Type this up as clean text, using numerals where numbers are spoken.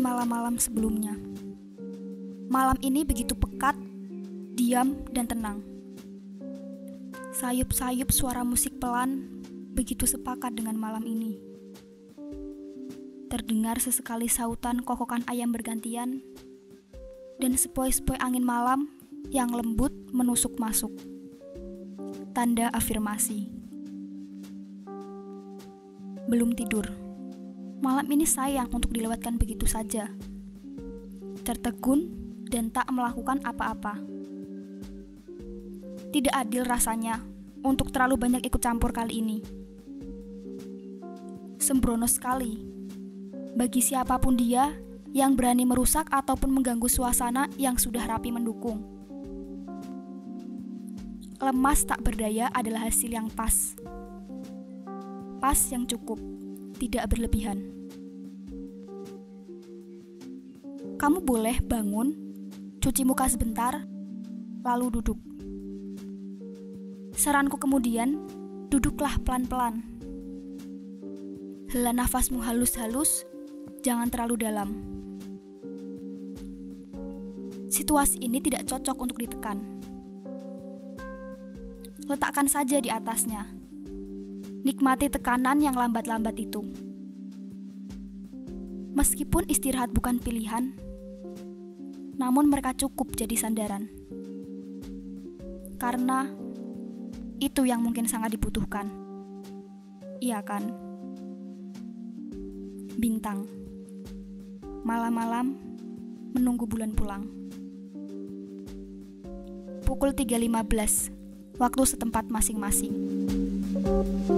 malam-malam sebelumnya. Malam ini begitu pekat, diam, dan tenang. Sayup-sayup suara musik pelan begitu sepakat dengan malam ini. Terdengar sesekali sautan kokokan ayam bergantian, dan sepoi-sepoi angin malam yang lembut menusuk masuk. Tanda afirmasi. Belum tidur. Malam ini sayang untuk dilewatkan begitu saja. Tertegun dan tak melakukan apa-apa. Tidak adil rasanya untuk terlalu banyak ikut campur kali ini. Sembrono sekali bagi siapapun dia yang berani merusak ataupun mengganggu suasana yang sudah rapi mendukung. Lemas tak berdaya adalah hasil yang pas. Pas yang cukup, tidak berlebihan. Kamu boleh bangun, cuci muka sebentar, lalu duduk. Saranku kemudian, duduklah pelan-pelan. Hela nafasmu halus-halus, jangan terlalu dalam. Situasi ini tidak cocok untuk ditekan. Letakkan saja di atasnya. Nikmati tekanan yang lambat-lambat itu. Meskipun istirahat bukan pilihan, namun mereka cukup jadi sandaran. Karena itu yang mungkin sangat dibutuhkan. Iya kan? Bintang. Malam-malam menunggu bulan pulang. Pukul 3.15, waktu setempat masing-masing.